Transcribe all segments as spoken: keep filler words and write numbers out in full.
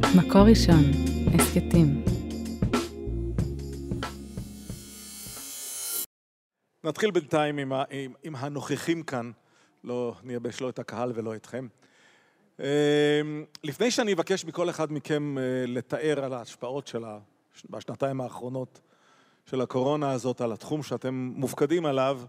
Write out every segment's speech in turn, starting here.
מקור ראשון, הסקטים. נתחיל בינתיים עם, ה, עם, עם הנוכחים כאן, לא נייבש לא את הקהל ולא אתכם. לפני שאני אבקש מכל אחד מכם לתאר על ההשפעות שלה בשנתיים האחרונות של הקורונה הזאת על התחום שאתם מופקדים עליו,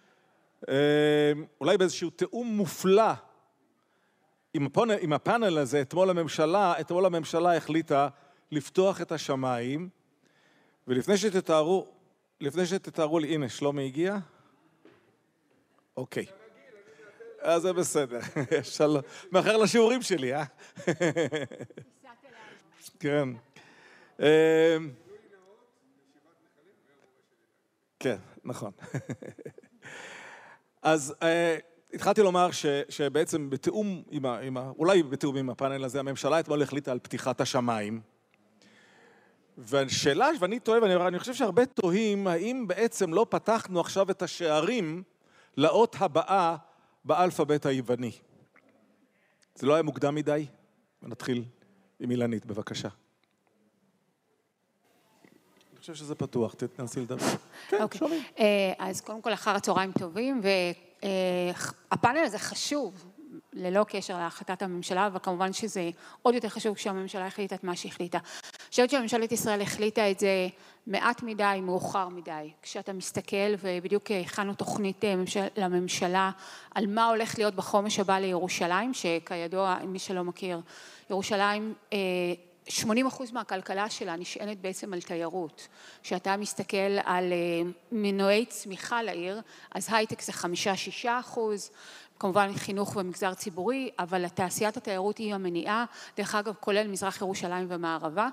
אולי באיזשהו תיאום מופלא עם, הפאנל, עם הפאנל הזה, אתמול הממשלה, אתמול הממשלה החליטה לפתוח את השמיים, ולפני שתתארו, לפני שתתארו לי, הנה, שלומי הגיע? אוקיי. אז זה בסדר. מאחר לשיעורים שלי, אה? כן. כן, נכון. אז התחלתי לומר שבעצם בתיאום, אולי בתיאום עם הפאנל הזה, הממשלה אתמול החליטה על פתיחת השמיים. והשאלה, ואני טועה, ואני חושב שהרבה תוהים, האם בעצם לא פתחנו עכשיו את השערים לאות הבאה באלפבית היווני. זה לא היה מוקדם מדי? ונתחיל עם אילנית, בבקשה. אני חושב שזה פתוח, תנסי לדבר. כן, שומעים. אז קודם כל, אחר הצהריים טובים, והפאנל הזה חשוב, ללא קשר להחלטת הממשלה, וכמובן שזה עוד יותר חשוב כשהממשלה החליטה את מה שהחליטה. אני חושבת שממשלת ישראל החליטה את זה מעט מדי, מאוחר מדי. כשאתה מסתכל, ובדיוק הכנו תוכנית לממשלה על מה הולך להיות בחומש הבא לירושלים, שכידוע, מי שלא מכיר, ירושלים, שמונים אחוז מהכלכלה שלה נשענת בעצם על תיירות. כשאתה מסתכל על מנועי צמיחה לעיר, אז הייטק זה חמישה שישה אחוז, כמובן חינוך ומגזר ציבורי, אבל תעשיית התיירות היא המניעה, דרך אגב כולל מזרח ירושלים ומערבה,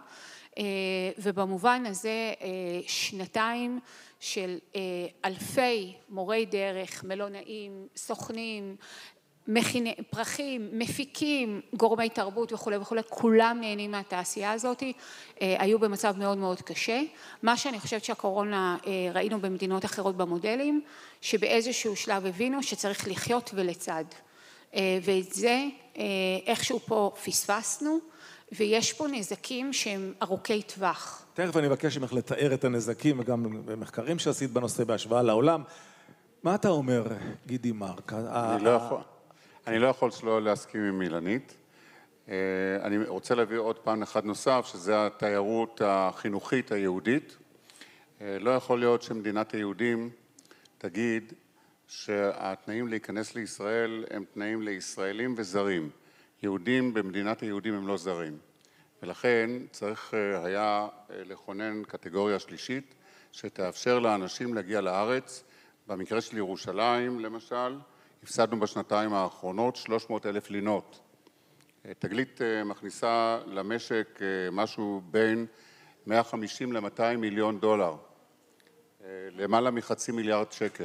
ובמובן הזה שנתיים של אלפי מורי דרך, מלונאים, סוכנים, מכיני, פרחים, מפיקים, גורמי תרבות וכו' וכו', כולם נהנים מהתעשייה הזאת, היו במצב מאוד מאוד קשה. מה שאני חושבת שהקורונה ראינו במדינות אחרות במודלים, שבאיזשהו שלב הבינו שצריך לחיות ולצד. ואת זה איכשהו פה פספסנו, ויש פה נזקים שהם ארוכי טווח. תכף אני מבקש ממך לתאר את הנזקים, וגם במחקרים שעשית בנושא בהשוואה לעולם. מה אתה אומר, גידי מרק? אני לא יכול... אני לא יכול שלא להסכים עם אילנית. אני רוצה להביא עוד פעם אחד נוסף, שזה התיירות החינוכית היהודית. לא יכול להיות שמדינת היהודים תגיד שהתנאים להיכנס לישראל הם תנאים לישראלים וזרים. יהודים במדינת היהודים הם לא זרים. ולכן צריך היה לכונן קטגוריה שלישית, שתאפשר לאנשים להגיע לארץ. במקרה של ירושלים, למשל, הפסדנו בשנתיים האחרונות שלוש מאות אלף לינות. תגלית מכניסה למשק משהו בין מאה וחמישים למאתיים מיליון דולר, למעלה מחצי מיליארד שקל.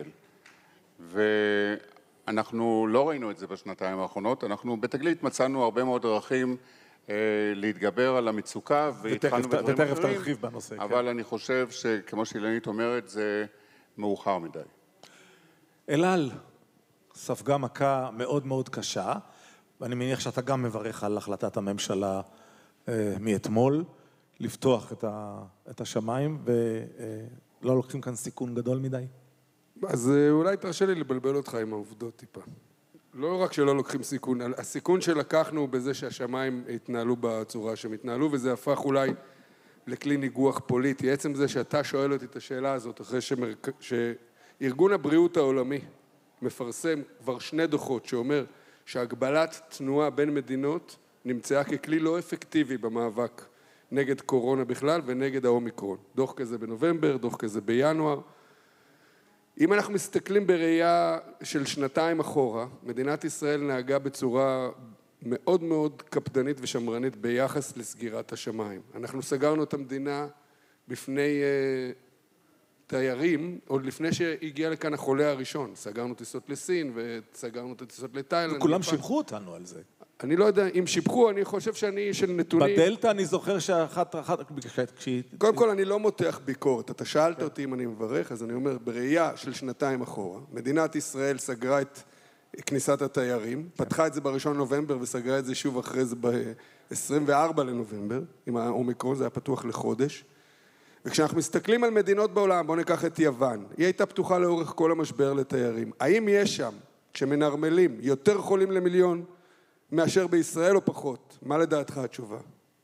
ואנחנו לא ראינו את זה בשנתיים האחרונות, אנחנו בתגלית מצאנו הרבה מאוד דרכים להתגבר על המצוקה, והתחלנו בדברים אחרים, תרחיב בנושא, אבל כן. אני חושב שכמו שאילנית אומרת, זה מאוחר מדי. אלעל ספגה מכה מאוד מאוד קשה, ואני מניח שאתה גם מברך על החלטת הממשלה אה, מאתמול, לפתוח את, ה, את השמיים, ולא אה, לוקחים כאן סיכון גדול מדי. אז אולי תרשה לי לבלבל אותך עם העובדות טיפה. לא רק שלא לוקחים סיכון, הסיכון שלקחנו בזה שהשמיים התנהלו בצורה שהם התנהלו, וזה הפך אולי לכלי ניגוח פוליטי. עצם זה שאתה שואל אותי את השאלה הזאת, אחרי שמרק... שארגון הבריאות העולמי מפרסם כבר שני דוחות שאומר שהגבלת תנועה בין מדינות נמצאה ככלי לא אפקטיבי במאבק נגד קורונה בכלל ונגד האומיקרון. דוח כזה בנובמבר, דוח כזה בינואר. אם אנחנו מסתכלים בראייה של שנתיים אחורה, מדינת ישראל נהגה בצורה מאוד מאוד קפדנית ושמרנית ביחס לסגירת השמיים. אנחנו סגרנו את המדינה בפני תיירים, עוד לפני שהגיע לכאן החולה הראשון. סגרנו טיסות לסין וסגרנו את הטיסות לתאילנד. וכולם שיבחו אותנו על זה. אני לא יודע, אם שיבחו, אני חושב שאני של נתונים... בדלטה אני זוכר שאחת... קודם כל, אני לא מותח ביקורת. אתה שאלת אותי אם אני מברך, אז אני אומר, בראייה של שנתיים אחורה, מדינת ישראל סגרה את כניסת התיירים, פתחה את זה בראשון נובמבר וסגרה את זה שוב אחרי זה ב-עשרים וארבעה לנובמבר, עם האומיקרון, זה היה פתוח לחודש. וכשאנחנו מסתכלים על מדינות בעולם, בואו ניקח את יוון, היא הייתה פתוחה לאורך כל המשבר לתיירים. האם יש שם, כשמנרמלים, יותר חולים למיליון מאשר בישראל או פחות? מה לדעתך התשובה?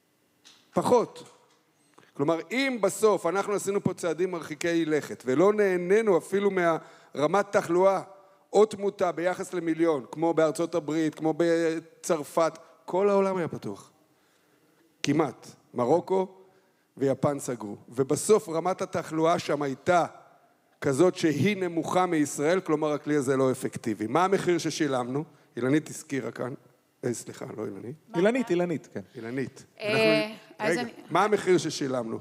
פחות. כלומר, אם בסוף אנחנו עשינו פה צעדים מרחיקי לכת, ולא נהנינו אפילו מהרמת תחלואה או תמותה ביחס למיליון, כמו בארצות הברית, כמו בצרפת, כל העולם היה פתוח. כמעט. מרוקו ויפן סגרו. ובסוף רמת התחלואה שם הייתה כזאת שהיא נמוכה מישראל, כלומר הכלי הזה לא אפקטיבי. מה המחיר ששילמנו? אילנית הזכירה כאן. אה, סליחה, לא אילנית. אילנית, אילנית, כן. אילנית. אה, אז רגע, אני- מה המחיר ששילמנו?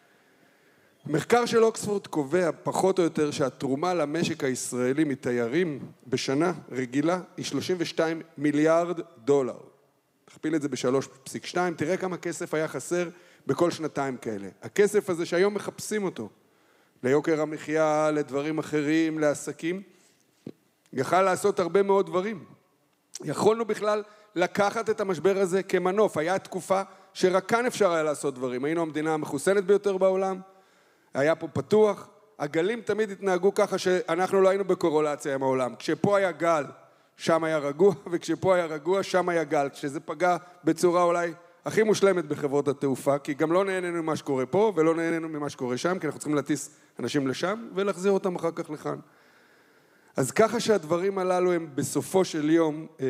מחקר של אוקספורד קובע פחות או יותר שהתרומה למשק הישראלי מתיירים בשנה רגילה היא שלושים ושתיים מיליארד דולר. תכפיל את זה ב-שלוש נקודה שתיים, תראה כמה כסף היה חסר בכל שנתיים כאלה. הכסף הזה שהיום מחפשים אותו, ליוקר המחיה, לדברים אחרים, לעסקים, יכל לעשות הרבה מאוד דברים. יכולנו בכלל לקחת את המשבר הזה כמנוף. היה תקופה שרק כאן אפשר היה לעשות דברים. היינו המדינה המחוסנת ביותר בעולם, היה פה פתוח, הגלים תמיד התנהגו ככה שאנחנו לא היינו בקורולציה עם העולם. כשפה היה גל, שם היה רגוע, וכשפה היה רגוע, שם היה גל. כשזה פגע בצורה אולי הכי מושלמת בחברות התעופה, כי גם לא נהנינו ממה שקורה פה, ולא נהנינו ממה שקורה שם, כי אנחנו צריכים להטיס אנשים לשם, ולהחזיר אותם אחר כך לכאן. אז ככה שהדברים הללו הם בסופו של יום אה,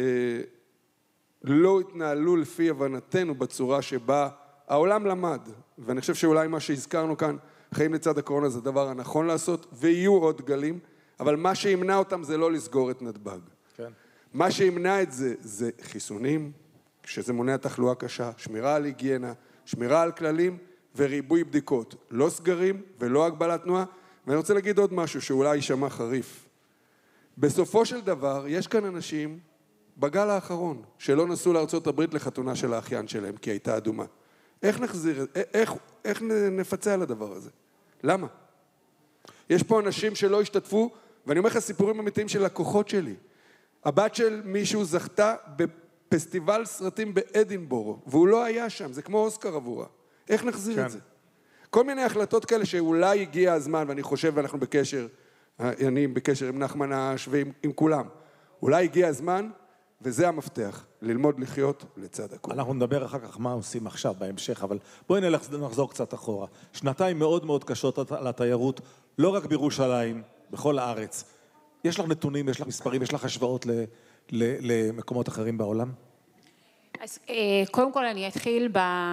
לא התנהלו לפי הבנתנו בצורה שבה העולם למד, ואני חושב שאולי מה שהזכרנו כאן, חיים לצד הקורונה זה הדבר הנכון לעשות, ויהיו עוד גלים, אבל מה שימנע אותם זה לא לסגור את נתב"ג. כן. מה שימנע את זה, זה חיסונים, שזה מונע תחלואה קשה, שמירה על היגיינה, שמירה על כללים וריבוי בדיקות. לא סגרים ולא הגבלת תנועה, ואני רוצה להגיד עוד משהו שאולי יישמע חריף. בסופו של דבר, יש כאן אנשים בגל האחרון, שלא נסעו לארצות הברית לחתונה של האחיין שלהם, כי הייתה אדומה. איך נחזיר, איך, איך נפצה על הדבר הזה? למה? יש פה אנשים שלא השתתפו, ואני אומר לך סיפורים אמיתיים של לקוחות שלי. הבת של מישהו זכתה בפסטיבל סרטים באדינבורו, והוא לא היה שם, זה כמו אוסקר עבורה. איך נחזיר כן. את זה? כל מיני החלטות כאלה שאולי הגיע הזמן, ואני חושב, ואנחנו בקשר, אני בקשר עם נחמן אש ועם עם כולם. אולי הגיע הזמן, וזה המפתח, ללמוד לחיות לצד הכל. אנחנו נדבר אחר כך מה עושים עכשיו בהמשך, אבל בואי נלך, נחזור קצת אחורה. שנתיים מאוד מאוד קשות על התיירות, לא רק בירושלים, בכל הארץ. יש לך נתונים, יש לך מספרים, יש לך השוואות ל, ל, למקומות אחרים בעולם? אז קודם כל אני אתחיל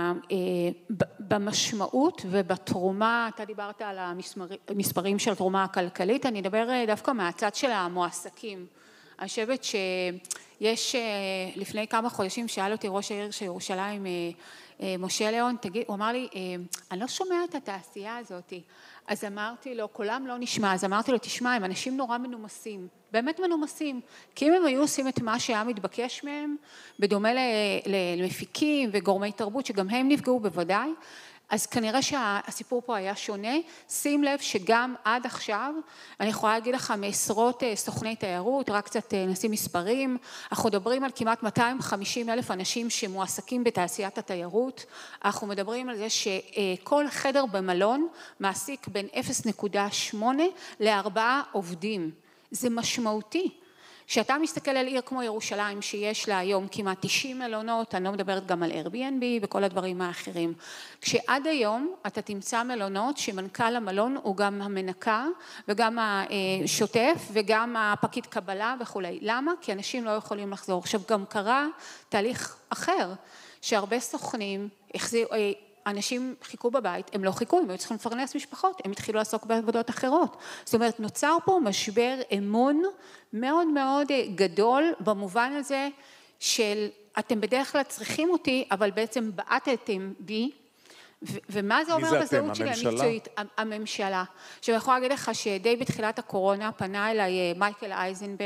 במשמעות ובתרומה, אתה דיברת על המספרים של התרומה הכלכלית, אני אדבר דווקא מהצד של המועסקים. אני חושבת שיש, לפני כמה חודשים שאל אותי ראש העיר של ירושלים, משה ליאון, תגיד, הוא אמר לי, אני לא שומע את התעשייה הזאת. אז אמרתי לו, קולם לא נשמע, אז אמרתי לו, תשמע, הם אנשים נורא מנומסים, באמת מנומסים, כי אם הם היו עושים את מה שהיה מתבקש מהם, בדומה למפיקים וגורמי תרבות, שגם הם נפגעו בוודאי, אז כנראה שהסיפור פה היה שונה. שים לב שגם עד עכשיו, אני יכולה להגיד לך מעשרות סוכני תיירות, רק קצת נשים מספרים, אנחנו מדברים על כמעט מאתיים וחמישים אלף אנשים שמועסקים בתעשיית התיירות, אנחנו מדברים על זה שכל חדר במלון מעסיק בין אפס נקודה שמונה לארבעה עובדים, זה משמעותי. כשאתה מסתכל על עיר כמו ירושלים, שיש לה היום כמעט תשעים מלונות, אני לא מדברת גם על Airbnb וכל הדברים האחרים. כשעד היום אתה תמצא מלונות שמנכ"ל המלון הוא גם המנקה וגם השוטף וגם הפקיד קבלה וכו'. למה? כי אנשים לא יכולים לחזור. עכשיו גם קרה תהליך אחר, שהרבה סוכנים החזירו, אנשים חיכו בבית, הם לא חיכו, הם היו צריכים לפרנס משפחות, הם התחילו לעסוק בעבודות אחרות. זאת אומרת, נוצר פה משבר אמון מאוד מאוד גדול, במובן הזה של אתם בדרך כלל צריכים אותי, אבל בעצם בעטתם בי, ו- ומה זה אומר בזהות שלי המקצועית? הממשלה. עכשיו, אני יכולה להגיד לך שדי בתחילת הקורונה פנה אליי מייקל אייזנברג,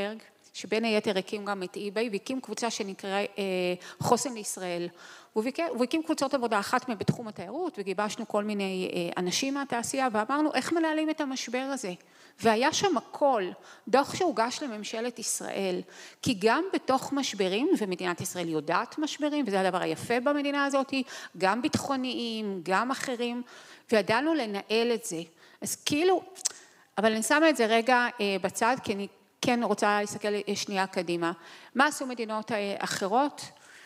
שבין היתר הקים גם את eBay, והקים קבוצה שנקרא חוסן לישראל. הוא הקים קבוצות עבודה, אחת מהן בתחום התיירות, וגיבשנו כל מיני אנשים מהתעשייה, ואמרנו איך מנהלים את המשבר הזה. והיה שם הכל, דוח שהוגש לממשלת ישראל, כי גם בתוך משברים, ומדינת ישראל יודעת משברים, וזה הדבר היפה במדינה הזאת, גם ביטחוניים, גם אחרים, וידענו לנהל את זה. אז כאילו, אבל אני שמה את זה רגע בצד, כי אני כן רוצה להסתכל שנייה קדימה. מה עשו מדינות אחרות?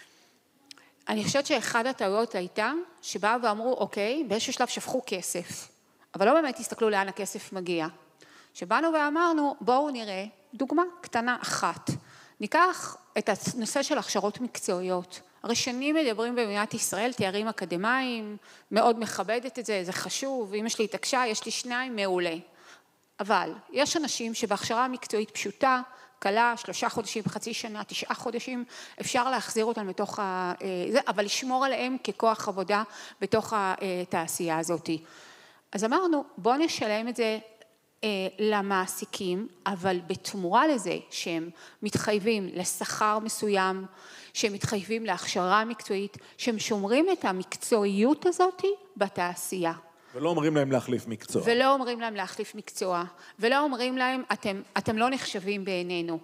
אני חושבת שאחד הטעויות הייתה, שבאו ואמרו, אוקיי, באיזשהו שלב שפכו כסף, אבל לא באמת הסתכלו לאן הכסף מגיע. שבאנו ואמרנו, בואו נראה דוגמה קטנה אחת. ניקח את הנושא של הכשרות מקצועיות. הרי שנים מדברים במדינת ישראל, תארים אקדמיים, מאוד מכבדת את זה, זה חשוב, אם יש לי התעקשה, יש לי שניים, מעולה. אבל יש אנשים שבהכשרה מקצועית פשוטה, קלה, שלושה חודשים, חצי שנה, תשעה חודשים, אפשר להחזיר אותם בתוך ה... זה, אבל לשמור עליהם ככוח עבודה בתוך התעשייה הזאת. אז אמרנו, בואו נשלם את זה למעסיקים, אבל בתמורה לזה שהם מתחייבים לשכר מסוים, שהם מתחייבים להכשרה מקצועית, שהם שומרים את המקצועיות הזאת בתעשייה. ולא אומרים להם להחליף מקצוע. ולא אומרים להם להחליף מקצוע, ולא אומרים להם, אתם, אתם לא נחשבים בעינינו.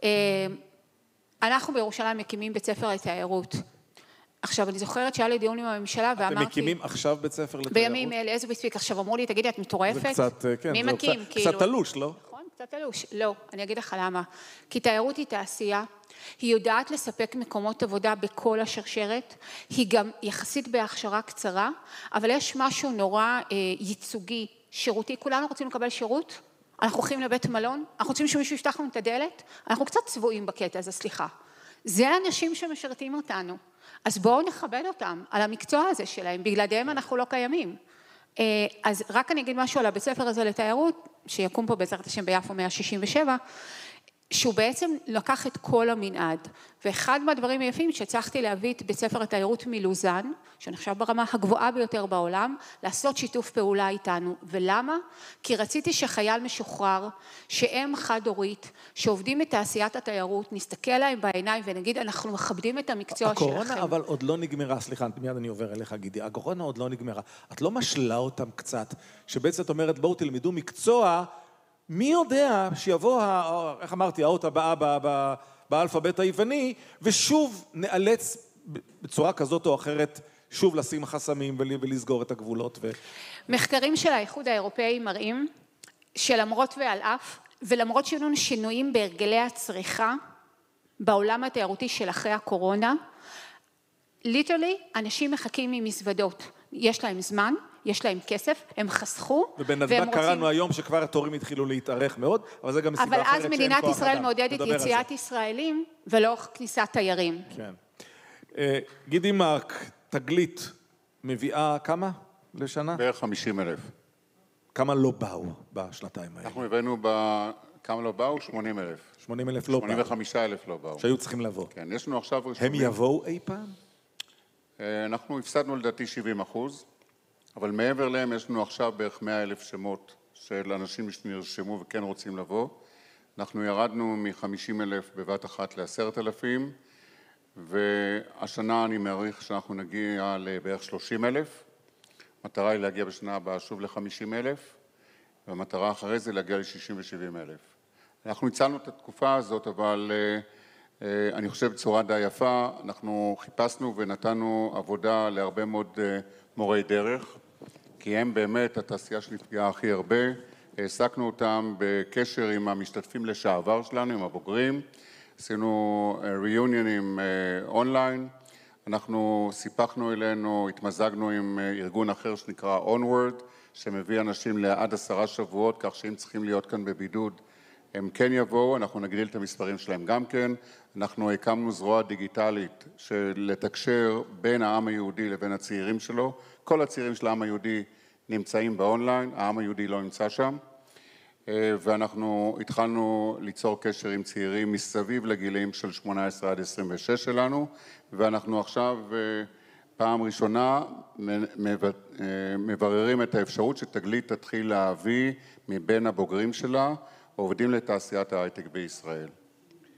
אנחנו בירושלים מקימים בית ספר לתיירות. עכשיו, אני זוכרת שהיה לי דיון עם הממשלה, ואמרתי... אתם מקימים עכשיו בית ספר לתיירות? בימים אלה, איזה בספיק. עכשיו, אמרו לי, תגידי, את מטורפת? זה קצת, כן. מי מקים? קצת תלוש, לא? נכון, קצת תלוש. לא, אני אגיד לך למה. כי תיירות היא תעשייה, היא יודעת לספק מקומות עבודה בכל השרשרת, היא גם יחסית בהכשרה קצרה, אבל יש משהו נורא אה, ייצוגי, שירותי, כולנו רוצים לקבל שירות, אנחנו הולכים לבית מלון, אנחנו רוצים שמישהו יפתח לנו את הדלת, אנחנו קצת צבועים בקטע הזה, סליחה. זה האנשים שמשרתים אותנו, אז בואו נכבד אותם על המקצוע הזה שלהם, בגללם אנחנו לא קיימים. אה, אז רק אני אגיד משהו על הבית ספר הזה לתיירות, שיקום פה בעזרת השם ביפו מאה שישים ושבע, שהוא בעצם לקח את כל המנעד, ואחד מהדברים היפים שהצלחתי להביא את בית ספר התיירות מלוזן, שנחשב ברמה הגבוהה ביותר בעולם, לעשות שיתוף פעולה איתנו. ולמה? כי רציתי שחייל משוחרר, שאם חד-הורית, שעובדים את תעשיית התיירות, נסתכל להם בעיניים ונגיד, אנחנו מכבדים את המקצוע שלכם. הקורונה אבל עוד לא נגמרה, סליחה, מיד אני עובר אליך, גידי, הקורונה עוד לא נגמרה. את לא משלה אותם קצת, שבעצם את אומרת, בואו תלמדו מקצוע, מי יודע שיבוא, איך אמרתי, האות הבאה באלפבית היווני, ושוב נאלץ בצורה כזאת או אחרת, שוב לשים חסמים ולסגור את הגבולות. מחקרים של האיחוד האירופאי מראים שלמרות ועל אף, ולמרות שיהיו שינויים בהרגלי הצריכה, בעולם התיירותי של אחרי הקורונה, ליטרלי, אנשים מחכים ממזוודות. יש להם זמן, יש להם כסף, הם חסכו. ובנתב"ג קראנו היום שכבר התורים התחילו להתארך מאוד, אבל זה גם מסיבה אחרת שאין כוח אדם. אבל אז מדינת ישראל מעודדת יציאת ישראלים, ולא כניסת תיירים. כן. גידי מרק, תגלית, מביאה כמה לשנה? בערך חמישים אלף. כמה לא באו בשנתיים האלה? אנחנו הבאנו ב... כמה לא באו? שמונים אלף. שמונים אלף לא באו. שמונים וחמישה אלף לא באו. שהיו צריכים לבוא. כן, יש לנו עכשיו... הם יבואו אי פעם? אנחנו הפסדנו לדעתי שבעים אחוז, אבל מעבר להם יש לנו עכשיו בערך מאה אלף שמות של אנשים שנרשמו וכן רוצים לבוא. אנחנו ירדנו מ-חמישים אלף בבת אחת ל-עשרת אלפים, והשנה אני מעריך שאנחנו נגיע לבערך שלושים אלף. המטרה היא להגיע בשנה הבאה שוב ל-חמישים אלף, והמטרה אחרי זה להגיע ל-שישים ו-שבעים אלף. אנחנו הצלנו את התקופה הזאת, אבל uh, uh, אני חושב בצורה די יפה, אנחנו חיפשנו ונתנו עבודה להרבה מאוד uh, מורי דרך, כי הם באמת התעשייה שנפגעה הכי הרבה. העסקנו אותם בקשר עם המשתתפים לשעבר שלנו, עם הבוגרים. עשינו ריוניונים אונליין. אנחנו סיפחנו אלינו, התמזגנו עם ארגון אחר שנקרא Onward, שמביא אנשים לעד עשרה שבועות, כך שהם צריכים להיות כאן בבידוד. הם כן יבואו, אנחנו נגדיל את המספרים שלהם גם כן. אנחנו הקמנו זרוע דיגיטלית של לתקשר בין העם היהודי לבין הצעירים שלו. כל הצעירים של העם היהודי נמצאים באונליין, העם היהודי לא נמצא שם. ואנחנו התחלנו ליצור קשר עם צעירים מסביב לגילאים של שמונה עשרה עד עשרים ושש שלנו, ואנחנו עכשיו פעם ראשונה מבררים את האפשרות שתגלית תתחיל להביא מבין הבוגרים שלה, עובדים לתעשיית ההייטק בישראל.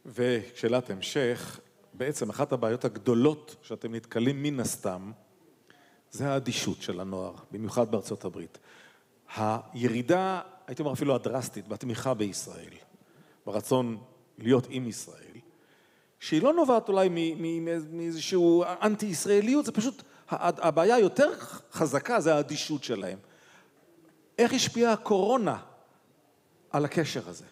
ושאלת המשך, בעצם אחת הבעיות הגדולות שאתם נתקלים מן הסתם, זה האדישות של הנוער, במיוחד בארצות הברית. הירידה, הייתי אומר אפילו הדרסטית, בתמיכה בישראל, ברצון להיות עם ישראל, שהיא לא נובעת אולי מאיזשהו אנטי-ישראליות, זה פשוט, הבעיה היותר חזקה זה האדישות שלהם. איך השפיעה הקורונה על הקשר הזה?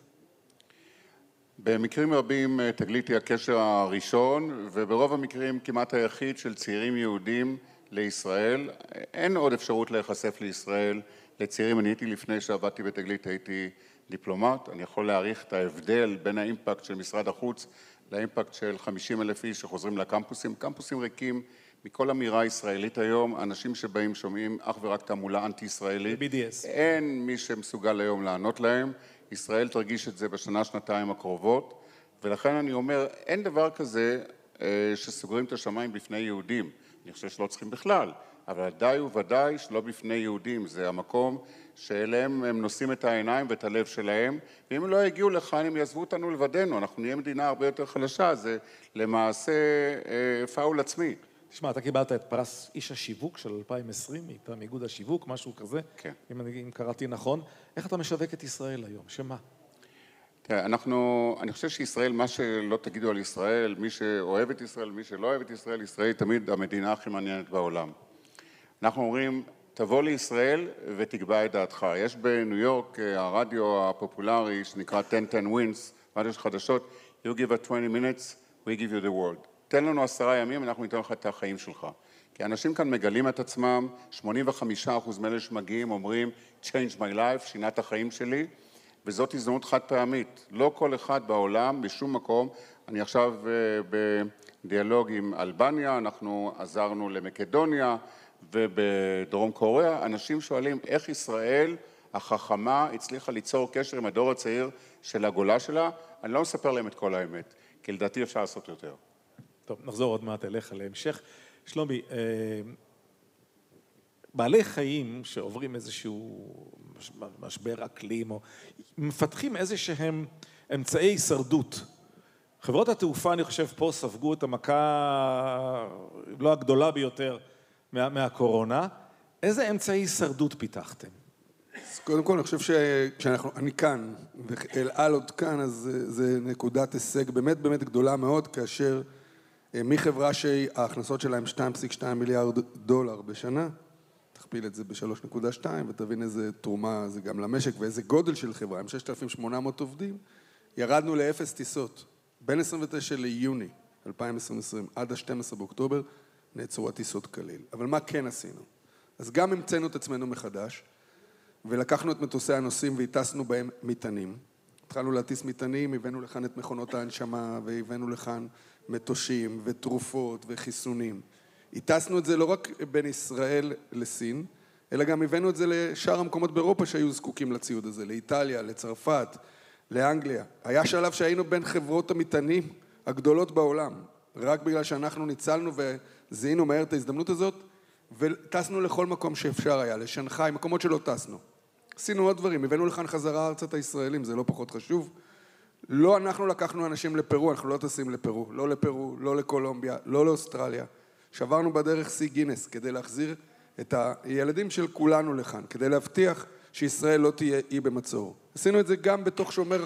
במקרים רבים תגלית היא הקשר הראשון, וברוב המקרים כמעט היחיד של צעירים יהודים לישראל. אין עוד אפשרות להיחשף לישראל לצעירים. אני הייתי לפני שעבדתי בתגלית, הייתי דיפלומט. אני יכול להעריך את ההבדל בין האימפקט של משרד החוץ לאימפקט של חמישים אלף איש שחוזרים לקמפוסים. קמפוסים ריקים מכל אמירה ישראלית היום, אנשים שבאים שומעים אך ורק תעמולה אנטי-ישראלית. בי די אס. אין מי שמסוגל היום לענות להם. ישראל תרגיש את זה בשנה, שנתיים הקרובות, ולכן אני אומר, אין דבר כזה שסוגרים את השמיים בפני יהודים. אני חושב שלא צריכים בכלל, אבל ודאי וודאי שלא בפני יהודים. זה המקום שאליהם הם נושאים את העיניים ואת הלב שלהם, ואם הם לא יגיעו לכאן, הם יעזבו אותנו לבדנו. אנחנו נהיה מדינה הרבה יותר חלשה, זה למעשה פאול עצמי. תשמע, אתה קיבלת את פרס איש השיווק של אלפיים ועשרים, מטעם איגוד השיווק, משהו כזה, כן. אם, אני, אם קראתי נכון. איך אתה משווק את ישראל היום? שמה? תראה, אנחנו, אני חושב שישראל, מה שלא תגידו על ישראל, מי שאוהב את ישראל, מי שלא אוהב את ישראל, ישראל היא תמיד המדינה הכי מעניינת בעולם. אנחנו אומרים, תבוא לישראל ותקבע את דעתך. יש בניו יורק הרדיו הפופולרי שנקרא עשר עשר Wins, רדיו של חדשות, you give us twenty minutes, we give you the world. תן לנו עשרה ימים, אנחנו ניתן לך את החיים שלך. כי אנשים כאן מגלים את עצמם, שמונים וחמישה אחוז מאלה שמגיעים אומרים, change my life, שינה את החיים שלי, וזאת הזדמנות חד פעמית. לא כל אחד בעולם, בשום מקום. אני עכשיו בדיאלוג עם אלבניה, אנחנו עזרנו למקדוניה ובדרום קוריאה. אנשים שואלים איך ישראל החכמה הצליחה ליצור קשר עם הדור הצעיר של הגולה שלה. אני לא מספר להם את כל האמת, כי לדעתי אפשר לעשות יותר. טוב, נחזור עוד מעט אליך להמשך. שלומי, בעלי חיים שעוברים איזשהו משבר אקלים, או מפתחים איזה שהם אמצעי הישרדות. חברות התעופה, אני חושב, פה ספגו את המכה, לא הגדולה ביותר, מה, מהקורונה. איזה אמצעי הישרדות פיתחתם? אז קודם כל, אני חושב שכשאנחנו, אני כאן, ואל על עוד כאן, אז זה נקודת הישג באמת באמת גדולה מאוד, כאשר מחברה שההכנסות שלהם שתיים נקודה שתיים מיליארד דולר בשנה, תכפיל את זה ב-שלוש נקודה שתיים ותבין איזה תרומה זה גם למשק ואיזה גודל של חברה, עם שישת אלפים ושמונה מאות עובדים, ירדנו לאפס טיסות. בין עשרים ותשעה ליוני אלפיים ועשרים עד ה-שנים עשר באוקטובר נעצרו הטיסות כליל. אבל מה כן עשינו? אז גם המצאנו את עצמנו מחדש, ולקחנו את מטוסי הנוסעים והטסנו בהם מטענים. התחלנו להטיס מטענים, הבאנו לכאן את מכונות ההנשמה, והבאנו לכאן מטושים ותרופות וחיסונים. הטסנו את זה לא רק בין ישראל לסין, אלא גם הבאנו את זה לשאר המקומות באירופה שהיו זקוקים לציוד הזה, לאיטליה, לצרפת, לאנגליה. היה שלב שהיינו בין חברות המטענים הגדולות בעולם, רק בגלל שאנחנו ניצלנו וזיהינו מהר את ההזדמנות הזאת, וטסנו לכל מקום שאפשר היה, לשנחאי, מקומות שלא טסנו. עשינו עוד דברים, הבאנו לכאן חזרה ארצת הישראלים, זה לא פחות חשוב. לא אנחנו לקחנו אנשים לפרו, אנחנו לא טסים לפרו, לא לפרו, לא לקולומביה, לא לאוסטרליה. שברנו בדרך סי גינס כדי להחזיר את הילדים של כולנו לכאן, כדי להבטיח שישראל לא תהיה אי במצור. עשינו את זה גם בתוך שומר...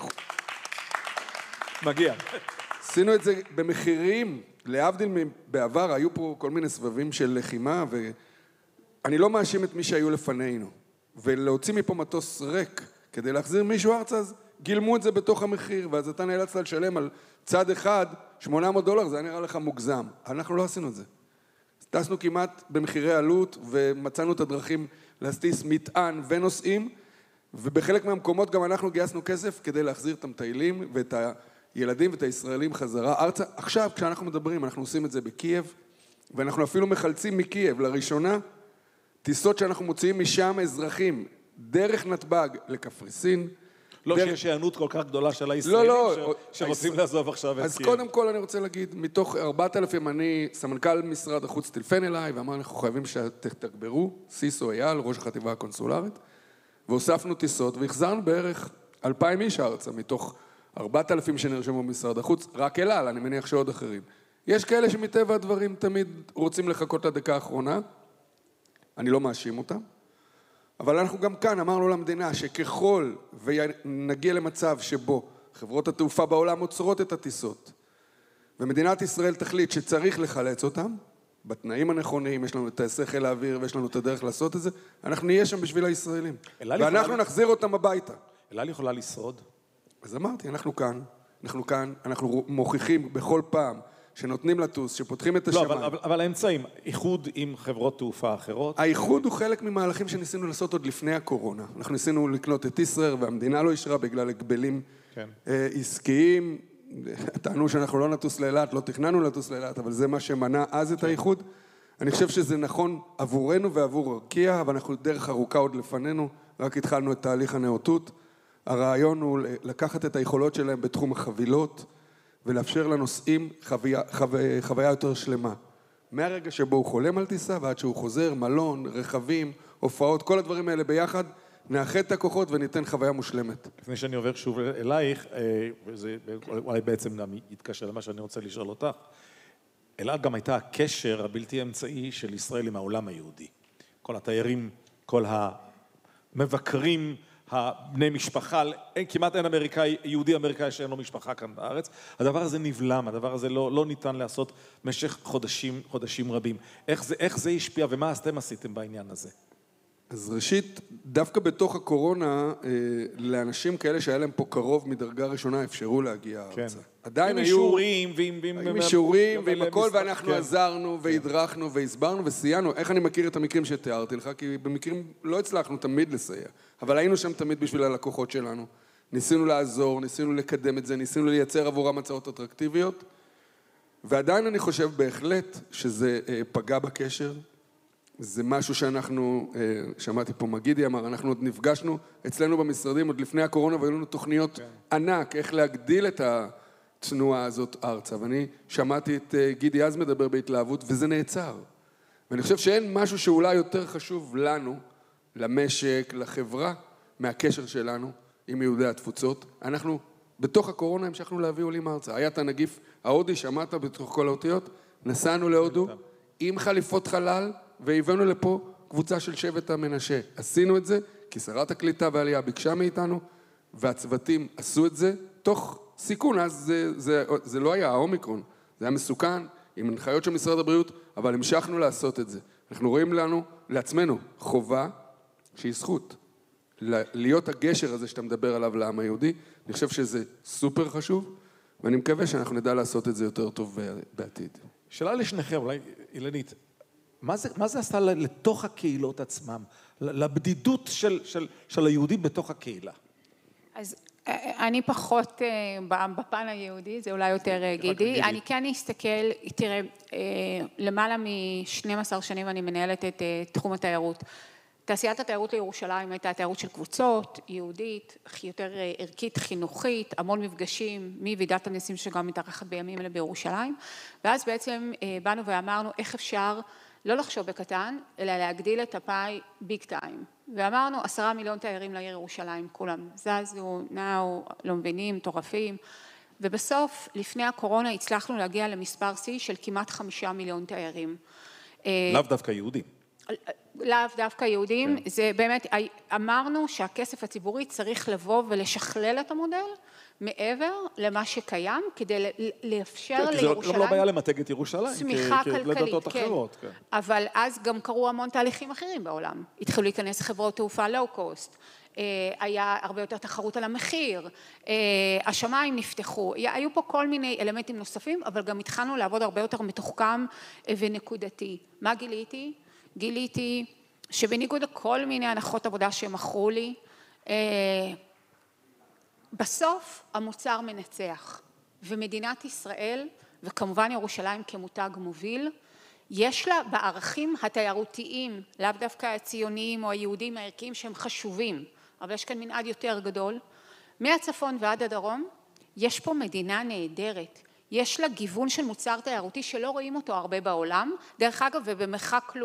מגיע. עשינו את זה במחירים, להבדיל בעבר, היו פה כל מיני סבבים של לחימה, ואני לא מאשים את מי שהיו לפנינו. ולהוציא מפה מטוס ריק כדי להחזיר מישהו ארצה, אז גילמו את זה בתוך המחיר, ואז אתה נאלצת לשלם על צד אחד שמונה מאות דולר, זה היה נראה לך מוגזם. אנחנו לא עשינו את זה. טסנו כמעט במחירי עלות, ומצאנו את הדרכים להסטיס מטען ונוסעים, ובחלק מהמקומות גם אנחנו גייסנו כסף כדי להחזיר את המטיילים ואת הילדים ואת הישראלים חזרה ארצה. עכשיו, כשאנחנו מדברים, אנחנו עושים את זה בקייב, ואנחנו אפילו מחלצים מקייב לראשונה, טיסות שאנחנו מוציאים משם אזרחים, דרך נתב"ג לקפריסין. לא דרך... שיש הענות כל כך גדולה של הישראלים לא, לא, ש... שרוצים היש... לעזוב עכשיו את קייב. אז קודם כל אני רוצה להגיד, מתוך ארבעת אלפים אני, סמנכ"ל משרד החוץ טלפן אליי, ואמר, אנחנו חייבים שתתגברו, סיסו אייל, ראש החטיבה הקונסולרית, והוספנו טיסות, והחזרנו בערך אלפיים איש ארצה, מתוך ארבעת אלפים שנרשמו במשרד החוץ, רק אל על, אני מניח שעוד אחרים. יש כאלה שמטבע הדברים תמיד רוצים לחכות לדקה האחרונה, אני לא מאשים אותם, אבל אנחנו גם כאן אמרנו למדינה שככל ונגיע למצב שבו חברות התעופה בעולם עוצרות את הטיסות, ומדינת ישראל תחליט שצריך לחלץ אותם, בתנאים הנכונים, יש לנו את טייסי חיל האוויר ויש לנו את הדרך לעשות את זה, אנחנו נהיה שם בשביל הישראלים. ואנחנו נחזיר אותם הביתה. אל על יכולה לשרוד? אז אמרתי, אנחנו כאן, אנחנו כאן, אנחנו מוכיחים בכל פעם שנותנים לטוס, שפותחים את השמיים. לא, אבל, אבל האמצעים, איחוד עם חברות תעופה אחרות? האיחוד הוא חלק ממהלכים שניסינו לעשות עוד לפני הקורונה. אנחנו ניסינו לקנות את ישראייר והמדינה לא אישרה בגלל הגבלים כן. עסקיים. טענו שאנחנו לא נטוס לאילת, לא תכננו לטוס לאילת, אבל זה מה שמנע אז את האיחוד. אני חושב שזה נכון עבורנו ועבור ארקיע, אבל אנחנו דרך ארוכה עוד לפנינו, רק התחלנו את תהליך הנאותות. הרעיון הוא לקחת את היכולות שלהם בתחום החבילות, ולאפשר לנוסעים חוויה, חוויה, חוויה יותר שלמה. מהרגע שבו הוא חולם על טיסה, ועד שהוא חוזר, מלון, רכבים, הופעות, כל הדברים האלה ביחד, נאחד את הכוחות וניתן חוויה מושלמת. לפני שאני עובר שוב אלייך, וזה אולי בעצם גם יתקשר למה שאני רוצה לשאול אותך, אל על גם הייתה הקשר הבלתי אמצעי של ישראל עם העולם היהודי. כל התיירים, כל המבקרים, הבני משפחה, אין, כמעט אין אמריקאי, יהודי אמריקאי שאין לו משפחה כאן בארץ. הדבר הזה נבלם, הדבר הזה לא, לא ניתן לעשות במשך חודשים, חודשים רבים. איך זה, איך זה השפיע ומה אתם עשיתם בעניין הזה? אז ראשית, דווקא בתוך הקורונה, לאנשים כאלה שהיה להם פה קרוב מדרגה ראשונה, אפשרו להגיע ארצה. עדיין היו... עם אישורים ועם... עם אישורים ועם הכל, ואנחנו עזרנו והדרכנו והסברנו וסייענו. איך אני מכיר את המקרים שתיארתי לך? כי במקרים לא הצלחנו תמיד לסייע. אבל היינו שם תמיד בשביל הלקוחות שלנו. ניסינו לעזור, ניסינו לקדם את זה, ניסינו לייצר עבורם הצעות אטרקטיביות. ועדיין אני חושב בהחלט שזה פגע בקשר. זה משהו שאנחנו, שמעתי פה מגידי אמר, אנחנו עוד נפגשנו אצלנו במשרדים עוד לפני הקורונה, והיו לנו תוכניות ענק, איך להגדיל את התנועה הזאת ארצה. ואני שמעתי את גידי אז מדבר בהתלהבות, וזה נעצר. ואני חושב שאין משהו שאולי יותר חשוב לנו, למשק, לחברה, מהקשר שלנו עם יהודי התפוצות. אנחנו בתוך הקורונה המשכנו להביא עולים ארצה. היה את הנגיף ההודי, שמעת בתוך כל האותיות, נסענו להודו עם חליפות חלל, והבאנו לפה קבוצה של שבט המנשה. עשינו את זה, כי שרת הקליטה והעלייה ביקשה מאיתנו, והצוותים עשו את זה, תוך סיכון, אז זה, זה, זה לא היה האומיקרון, זה היה מסוכן, עם הנחיות של משרד הבריאות, אבל המשכנו לעשות את זה. אנחנו רואים לנו, לעצמנו, חובה שהיא זכות, להיות הגשר הזה שאתה מדבר עליו לעם היהודי, אני חושב שזה סופר חשוב, ואני מקווה שאנחנו נדע לעשות את זה יותר טוב בעתיד. שאלה לשניכם, אולי אילנית, מה זה, מה זה עשתה לתוך הקהילות עצמם, לבדידות של, של, של היהודים בתוך הקהילה? אז אני פחות בפן היהודי, זה אולי יותר גידי. אני כן אסתכל, תראה, למעלה מ-שתים עשרה שנים אני מנהלת את תחום התיירות. תעשיית התיירות לירושלים הייתה תיירות של קבוצות, יהודית, יותר ערכית, חינוכית, המון מפגשים, מוועידת הנשיאים שגם מתארחת בימים אלה בירושלים, ואז בעצם באנו ואמרנו איך אפשר לא לחשוב בקטן, אלא להגדיל את הפאי ביג טיים. ואמרנו, עשרה מיליון תיירים לעיר ירושלים, כולם זזו, נאו, לא מבינים, מטורפים, ובסוף, לפני הקורונה, הצלחנו להגיע למספר שיא של כמעט חמישה מיליון תיירים. לאו דווקא יהודים. לאו דווקא יהודים, זה באמת, אמרנו שהכסף הציבורי צריך לבוא ולשכלל את המודל, מעבר למה שקיים, כדי לאפשר לירושלים... כי זה לא בעיה למתג את ירושלים, צמיחה כלכלית, לדתות אחרות. כן. אבל אז גם קרו המון תהליכים אחרים בעולם. התחילו להיכנס חברות תעופה לואו-קוסט, היה הרבה יותר תחרות על המחיר, השמיים נפתחו, היו פה כל מיני אלמנטים נוספים, אבל גם התחלנו לעבוד הרבה יותר מתוחכם ונקודתי. מה גיליתי? גיליתי שבניגוד לכל מיני הנחות עבודה שהם מכרו לי, בסוף המוצר מנצח, ומדינת ישראל, וכמובן ירושלים כמותג מוביל, יש לה בערכים התיירותיים, לאו דווקא הציוניים או היהודים הערכיים שהם חשובים, אבל יש כאן מנעד יותר גדול. מהצפון ועד הדרום, יש פה מדינה נהדרת, יש לה גיוון של מוצר תיירותי שלא רואים אותו הרבה בעולם, דרך אגב ובמרחק כלום. זאת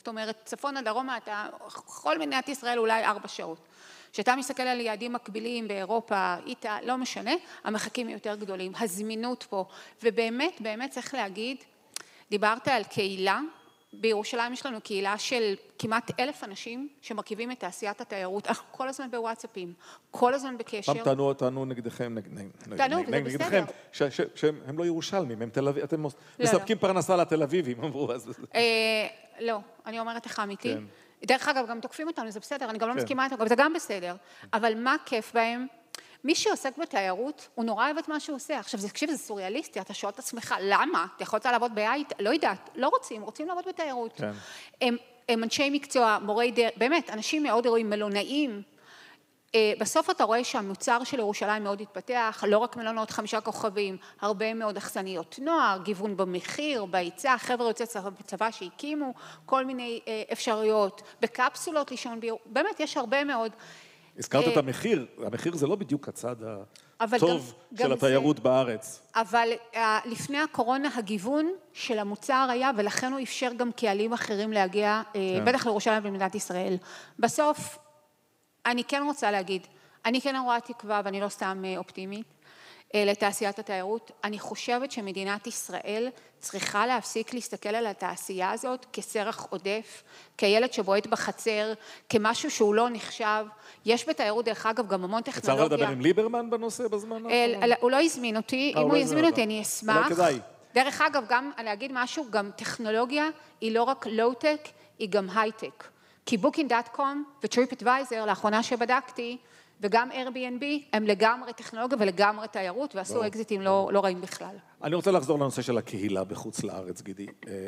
זאת אומרת, צפון הדרומה, אתה, כל מדינת ישראל אולי ארבע שעות. כשאתה מסתכל על יעדים מקבילים באירופה, איתה, לא משנה, המרחקים יותר גדולים, הזמינות פה, ובאמת, באמת צריך להגיד, דיברת על קהילה, בירושלים יש לנו קהילה של כמעט אלף אנשים שמרכיבים את תעשיית התיירות, אנחנו כל הזמן בוואטסאפים, כל הזמן בקשר. פעם טענו, טענו נגדכם, טענו, וזה בסדר. שהם לא ירושלמים, הם תל אביב, אתם מספקים פרנסה לתל אביבים, אמרו אז. לא, אני אומרת לך אמיתי. דרך אגב, גם תוקפים אותנו, זה בסדר, אני גם לא מסכימה איתו, זה גם בסדר. אבל מה כיף בהם? מי שעוסק בתיירות, הוא נורא אוהב את מה שהוא עושה. עכשיו, תקשיב, זה סוריאליסטי, אתה שואל את עצמך, למה? אתה יכול לעבוד בהייט? לא יודעת, לא רוצים, רוצים לעבוד בתיירות. הם, הם אנשי מקצוע, מורי דרך, באמת, אנשים מאוד ראויים, מלונאים. בסוף אתה רואה שהמוצר של ירושלים מאוד התפתח, לא רק מלונות חמישה כוכבים, הרבה מאוד אכסניות נוער, גיוון במחיר, בהיצע, חבר'ה יוצאי צבא שהקימו, כל מיני אפשרויות, בקפסולות לישון, באמת, יש הרבה מאוד. הזכרת את המחיר, המחיר זה לא בדיוק הצד הטוב של התיירות בארץ. אבל לפני הקורונה הגיוון של המוצר היה, ולכן הוא אפשר גם קהלים אחרים להגיע, בטח לירושלים במדינת ישראל. בסוף, אני כן רוצה להגיד, אני כן רואה תקווה, ואני לא סתם אופטימית, לתעשיית התיירות. אני חושבת שמדינת ישראל צריכה להפסיק להסתכל על התעשייה הזאת כסרח עודף, כילד שבועט בחצר, כמשהו שהוא לא נחשב. יש בתיירות, דרך אגב, גם המון טכנולוגיה. אפשר לדבר עם ליברמן בנושא בזמן האחרון? הוא לא הזמין אותי, אם הוא יזמין אותי אני אשמח. אולי כדאי. דרך אגב, גם להגיד משהו, גם טכנולוגיה היא לא רק לואו-טק, היא גם הייטק. כי בוקינג דוט קום וטריפ-אדוויזר, לאחרונה שבדקתי, וגם Airbnb, הם לגמרי טכנולוגיה ולגמרי תיירות, ועשו אקזיטים לא, לא רעים בכלל. אני רוצה לחזור לנושא של הקהילה בחוץ לארץ, גידי.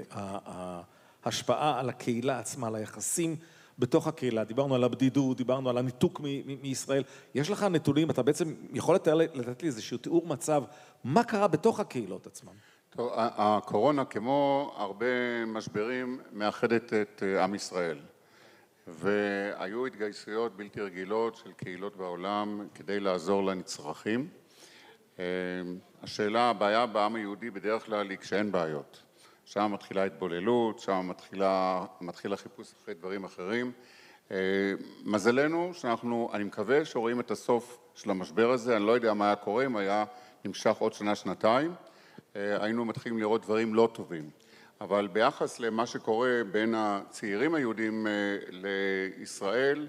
ההשפעה על הקהילה עצמה, על היחסים בתוך הקהילה. דיברנו על הבדידות, דיברנו על הניתוק מישראל. יש לך נתונים, אתה בעצם יכול לתת לי איזשהו תיאור מצב, מה קרה בתוך הקהילות עצמם? טוב, הקורונה, כמו הרבה משברים, מאחדת את עם ישראל. והיו התגייסויות בלתי רגילות של קהילות בעולם כדי לעזור לנצרכים. השאלה, הבעיה בעם היהודי בדרך כלל היא כשאין בעיות. שם מתחילה התבוללות, שם מתחילה, מתחיל החיפוש אחרי דברים אחרים. מזלנו שאנחנו, אני מקווה שרואים את הסוף של המשבר הזה, אני לא יודע מה היה קורה, אם היה נמשך עוד שנה, שנתיים, היינו מתחילים לראות דברים לא טובים. אבל ביחס למה שקורה בין הצעירים היהודים לישראל,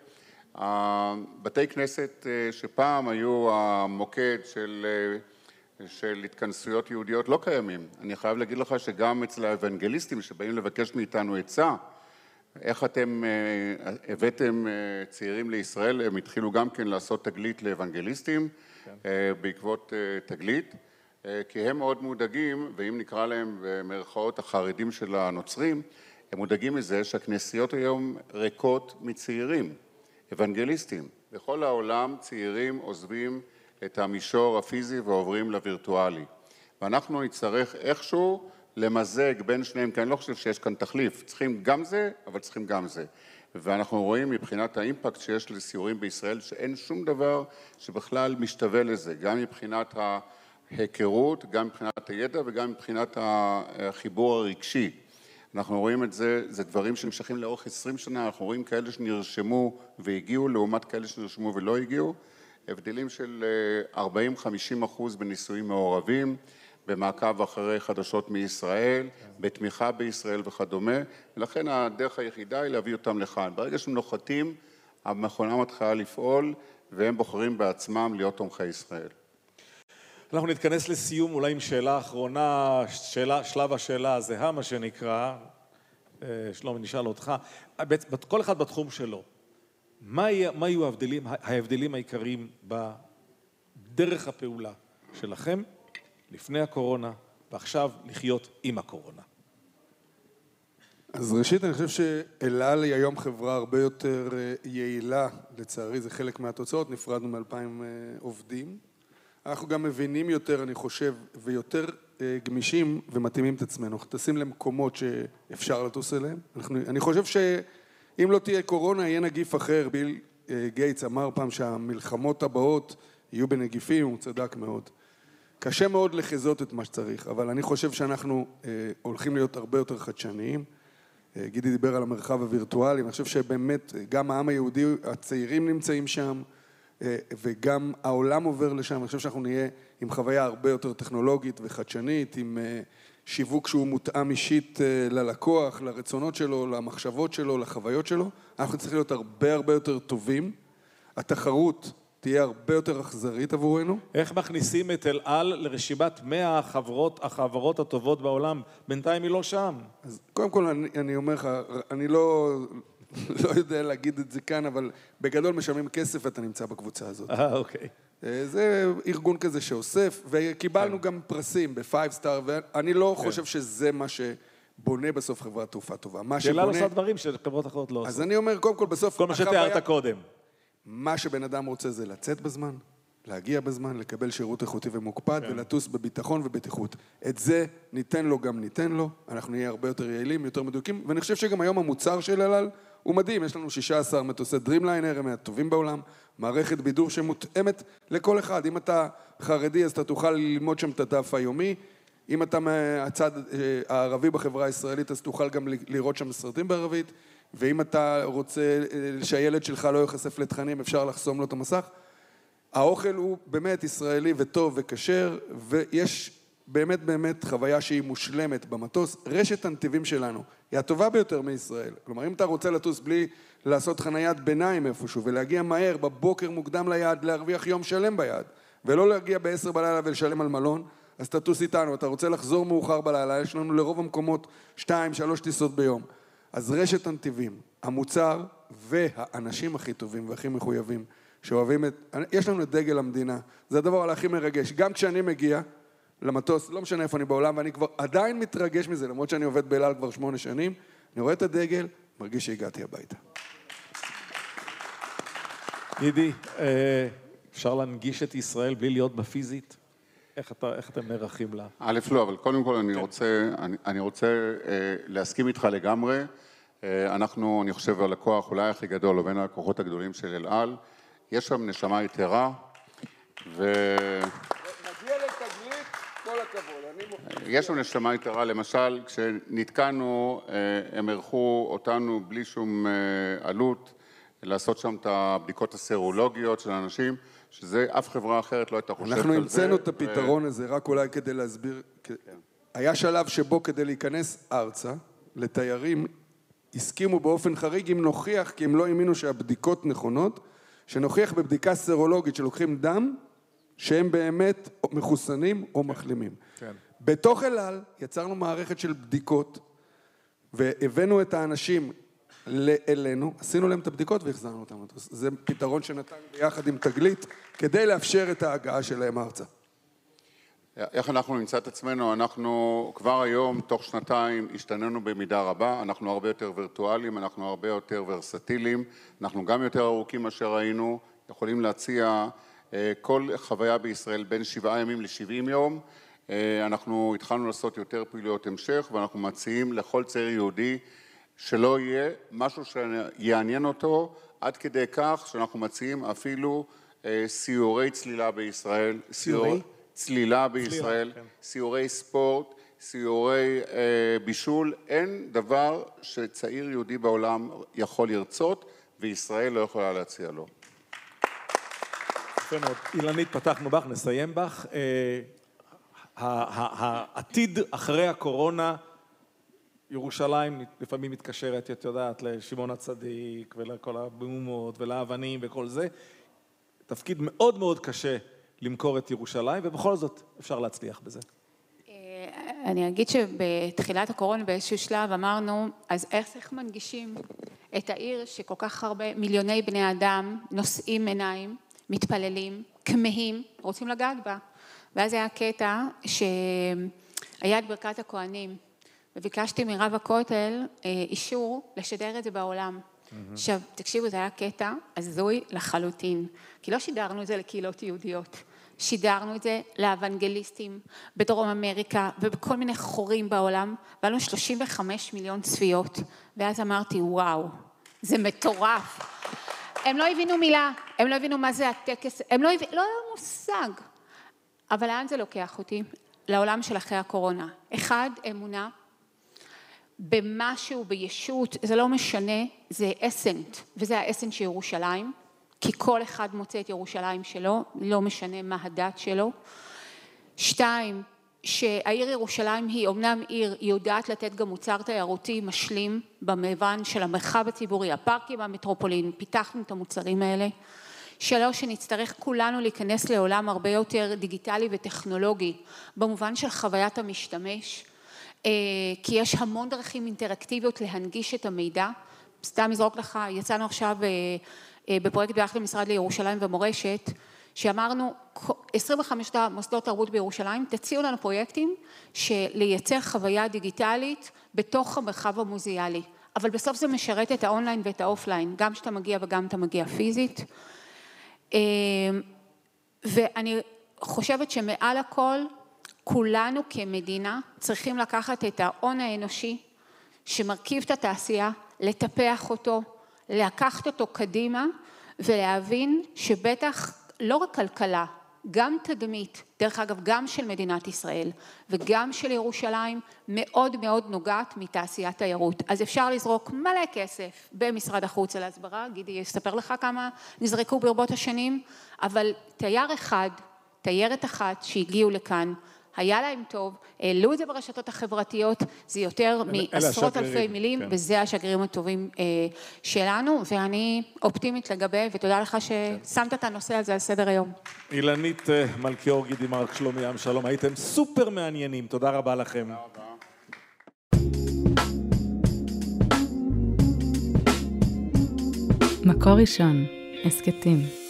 בתי כנסת שפעם היו המוקד של, של התכנסויות יהודיות לא קיימים. אני חייב להגיד לך שגם אצל האבנגליסטים שבאים לבקש מאיתנו עצה, איך אתם הבאתם צעירים לישראל, הם התחילו גם כן לעשות תגלית לאבנגליסטים, כן. בעקבות תגלית. כי הם מאוד מודאגים, ואם נקרא להם במרכאות החרדים של הנוצרים, הם מודאגים מזה שהכנסיות היום ריקות מצעירים, אבנגליסטים. בכל העולם צעירים עוזבים את המישור הפיזי ועוברים לווירטואלי. ואנחנו נצטרך איכשהו למזג בין שניהם, כי אני לא חושב שיש כאן תחליף. צריכים גם זה, אבל צריכים גם זה. ואנחנו רואים מבחינת האימפקט שיש לסיורים בישראל, שאין שום דבר שבכלל משתווה לזה, גם מבחינת ה... היכרות, גם מבחינת הידע וגם מבחינת החיבור הרגשי. אנחנו רואים את זה, זה דברים שנמשכים לאורך עשרים שנה, אנחנו רואים כאלה שנרשמו והגיעו, לעומת כאלה שנרשמו ולא הגיעו, הבדלים של ארבעים חמישים אחוז בניסויים מעורבים, במעקב אחרי חדשות מישראל, בתמיכה בישראל וכדומה, ולכן הדרך היחידה היא להביא אותם לכאן. ברגע שהם נוחתים, המכונה מתחילה לפעול, והם בוחרים בעצמם להיות תומכי ישראל. אנחנו נתכנס לסיום אולי עם שאלה אחרונה, שאלה, שלב השאלה הזהה, מה שנקרא. שלומי, נשאל אותך. כל אחד בתחום שלו. מה יהיו ההבדלים, ההבדלים העיקריים בדרך הפעולה שלכם לפני הקורונה ועכשיו לחיות עם הקורונה? אז ראשית, אני חושב שאל על היא היום חברה הרבה יותר יעילה. לצערי, זה חלק מהתוצאות. נפרדנו מאלפיים עובדים. אנחנו גם מבינים יותר, אני חושב, ויותר גמישים ומתאימים את עצמנו. אנחנו טסים למקומות שאפשר לטוס אליהם. אנחנו, אני חושב שאם לא תהיה קורונה, יהיה נגיף אחר. ביל גייטס אמר פעם שהמלחמות הבאות יהיו בנגיפים, הוא צדק מאוד. קשה מאוד לחזות את מה שצריך, אבל אני חושב שאנחנו הולכים להיות הרבה יותר חדשניים. גידי דיבר על המרחב הווירטואלי, אני חושב שבאמת גם העם היהודי, הצעירים נמצאים שם, וגם העולם עובר לשם, אני חושב שאנחנו נהיה עם חוויה הרבה יותר טכנולוגית וחדשנית, עם שיווק שהוא מותאם אישית ללקוח, לרצונות שלו, למחשבות שלו, לחוויות שלו, אנחנו צריכים להיות הרבה הרבה יותר טובים, התחרות תהיה הרבה יותר אכזרית עבורנו. איך מכניסים את אל על לרשימת מאה החברות, החברות הטובות בעולם? בינתיים היא לא שם. אז קודם כל אני, אני אומר לך, אני לא, לא יודע להגיד את זה כאן, אבל בגדול משלמים כסף ואתה נמצא בקבוצה הזאת. אה, אוקיי. זה ארגון כזה שאוסף, וקיבלנו גם פרסים בפייב סטאר, ואני לא חושב שזה מה שבונה בסוף חברת תעופה טובה. שאלה לא עושה דברים שחברות אחרות לא עושות. אז אני אומר, קודם כל בסוף... כל מה שתיארת קודם. מה שבן אדם רוצה זה לצאת בזמן, להגיע בזמן, לקבל שירות איכותי ומוקפד, ולטוס בביטחון ובטיחות. את זה ניתן לו גם ניתן לו, אנחנו נהיה הרבה יותר יעילים, יותר מדויקים, ואני חושב שגם היום המוצר של אל על הוא מדהים, יש לנו שישה עשר מטוסי דרימליינר, הם הטובים בעולם, מערכת בידור שמותאמת לכל אחד. אם אתה חרדי, אז אתה תוכל ללמוד שם את הדף היומי, אם אתה מהצד הערבי בחברה הישראלית, אז תוכל גם לראות שם סרטים בערבית, ואם אתה רוצה שהילד שלך לא יחשף לתכנים, אפשר לחסום לו את המסך. האוכל הוא באמת ישראלי וטוב וכשר, ויש באמת באמת חוויה שהיא מושלמת במטוס. רשת הנתיבים שלנו היא הטובה ביותר מישראל. כלומר, אם אתה רוצה לטוס בלי לעשות חניית ביניים איפשהו, ולהגיע מהר בבוקר מוקדם ליעד, להרוויח יום שלם ביעד, ולא להגיע בעשר בלילה ולשלם על מלון, אז תטוס איתנו. אתה רוצה לחזור מאוחר בלילה, יש לנו לרוב המקומות שתיים, שלוש טיסות ביום. אז רשת הנתיבים, המוצר והאנשים הכי טובים והכי מחויבים, שאוהבים את... יש לנו את דגל המדינה, זה הדבר הכי מרגש. גם כשאני מגיע למטוס, לא משנה איפה אני בעולם, ואני כבר עדיין מתרגש מזה, למרות שאני עובד באל על כבר שמונה שנים, אני רואה את הדגל, מרגיש שהגעתי הביתה. גידי, אפשר להנגיש את ישראל בלי להיות בפיזית? איך, אתה, איך אתם נערכים לה? א', לא, אבל קודם כל אני רוצה, אני, אני רוצה אה, להסכים איתך לגמרי. אה, אנחנו, אני חושב, הלקוח אולי הכי גדול, או בין הלקוחות הגדולים של אל על, יש שם נשמה יתרה, ו... מגיע לתגלית, כל הכבוד, אני מוכן. יש שם נשמה יתרה, למשל, כשנתקענו, אה, הם ערכו אותנו בלי שום אה, עלות, לעשות שם את הבדיקות הסרולוגיות של האנשים, שזה אף חברה אחרת לא הייתה חושבת על זה. אנחנו המצאנו את הפתרון הזה, רק אולי כדי להסביר. היה שלב שבו כדי להיכנס ארצה, לתיירים, הסכימו באופן חריג אם נוכיח, כי הם לא האמינו שהבדיקות נכונות, שנוכיח בבדיקה סרולוגית שלוקחים דם, שהם באמת מחוסנים או מחלימים. בתוך אל על יצרנו מערכת של בדיקות, והבאנו את האנשים אלינו, עשינו להם את הבדיקות והחזרנו אותם. זה פתרון שנתנו ביחד עם תגלית, כדי לאפשר את ההגעה שלהם ארצה. איך אנחנו נמצא את עצמנו? אנחנו כבר היום, תוך שנתיים, השתננו במידה רבה, אנחנו הרבה יותר וירטואליים, אנחנו הרבה יותר ורסטיליים, אנחנו גם יותר ארוכים מאשר היינו, יכולים להציע כל חוויה בישראל בין שבעה ימים ל-שבעים יום, אנחנו התחלנו לעשות יותר פעילויות המשך, ואנחנו מציעים לכל צעיר יהודי, שלא יהיה משהו שיעניין אותו, עד כדי כך שאנחנו מציעים אפילו אה, סיורי צלילה בישראל, סיורי צלילה בישראל, צלילה, כן. סיורי ספורט, סיורי אה, בישול, אין דבר שצעיר יהודי בעולם יכול לרצות, וישראל לא יכולה להציע לו. יפה מאוד. אילנית, פתחנו בך, נסיים בך. אה, העתיד אחרי הקורונה, ירושלים לפעמים מתקשרת, את יודעת, לשמעון הצדיק ולכל הבאומות ולאבנים וכל זה. תפקיד מאוד מאוד קשה למכור את ירושלים, ובכל זאת אפשר להצליח בזה. אני אגיד שבתחילת הקורונה באיזשהו שלב אמרנו, אז איך מנגישים את העיר שכל כך הרבה מיליוני בני אדם נושאים עיניים, מתפללים, כמהים, רוצים לגעת בה. ואז היה קטע שהיה את ברכת הכהנים, וביקשתי מרב הכותל אישור לשדר את זה בעולם. עכשיו, תקשיבו, זה היה קטע הזוי לחלוטין, כי לא שידרנו את זה לקהילות יהודיות, שידרנו את זה לאוונגליסטים בדרום אמריקה ובכל מיני חורים בעולם, ועל לנו שלושים וחמישה מיליון צפיות, ואז אמרתי, וואו, זה מטורף. הם לא הבינו מילה, הם לא הבינו מה זה הטקס, הם לא הבינו, לא היה מושג. אבל לאן זה לוקח אותי? לעולם של אחרי הקורונה. אחד, אמונה. במשהו, בישות, זה לא משנה, זה אסנט, וזה האסנט של ירושלים, כי כל אחד מוצא את ירושלים שלו, לא משנה מה הדת שלו. שתיים, שהעיר ירושלים היא אומנם עיר, היא יודעת לתת גם מוצר תיירותי משלים במובן של המרחב הציבורי, הפארקים והמטרופולין, פיתחנו את המוצרים האלה. שלוש, שנצטרך כולנו להיכנס לעולם הרבה יותר דיגיטלי וטכנולוגי, במובן של חוויית המשתמש, כי יש המון דרכים אינטראקטיביות להנגיש את המידע. סתם אזרוק לך, יצאנו עכשיו בפרויקט ביחד למשרד לירושלים ומורשת, שאמרנו, עשרים וחמש מוסדות תרבות בירושלים, תציעו לנו פרויקטים שלייצר חוויה דיגיטלית בתוך המרחב המוזיאלי. אבל בסוף זה משרת את האונליין ואת האופליין, גם שאתה מגיע וגם אתה מגיע פיזית. ואני חושבת שמעל הכל, כולנו כמדינה צריכים לקחת את ההון האנושי שמרכיב את התעשייה, לטפח אותו, לקחת אותו קדימה ולהבין שבטח לא רק כלכלה, גם תדמית, דרך אגב גם של מדינת ישראל וגם של ירושלים מאוד מאוד נוגעת מתעשיית תיירות. אז אפשר לזרוק מלא כסף במשרד החוץ על ההסברה, גידי יספר לך כמה נזרקו ברבות השנים, אבל תייר אחד, תיירת אחת שהגיעו לכאן, היה להם טוב, העלו את זה ברשתות החברתיות, זה יותר מעשרות אלפי מילים, כן. וזה השגרירים הטובים אה, שלנו, ואני אופטימית לגבי, ותודה לך ששמת את הנושא הזה על סדר היום. אילנית מלכיאור, גידי מרק, שלומי ים, שלום, הייתם סופר מעניינים, תודה רבה לכם. תודה רבה. מקור ראשון, הסקטים.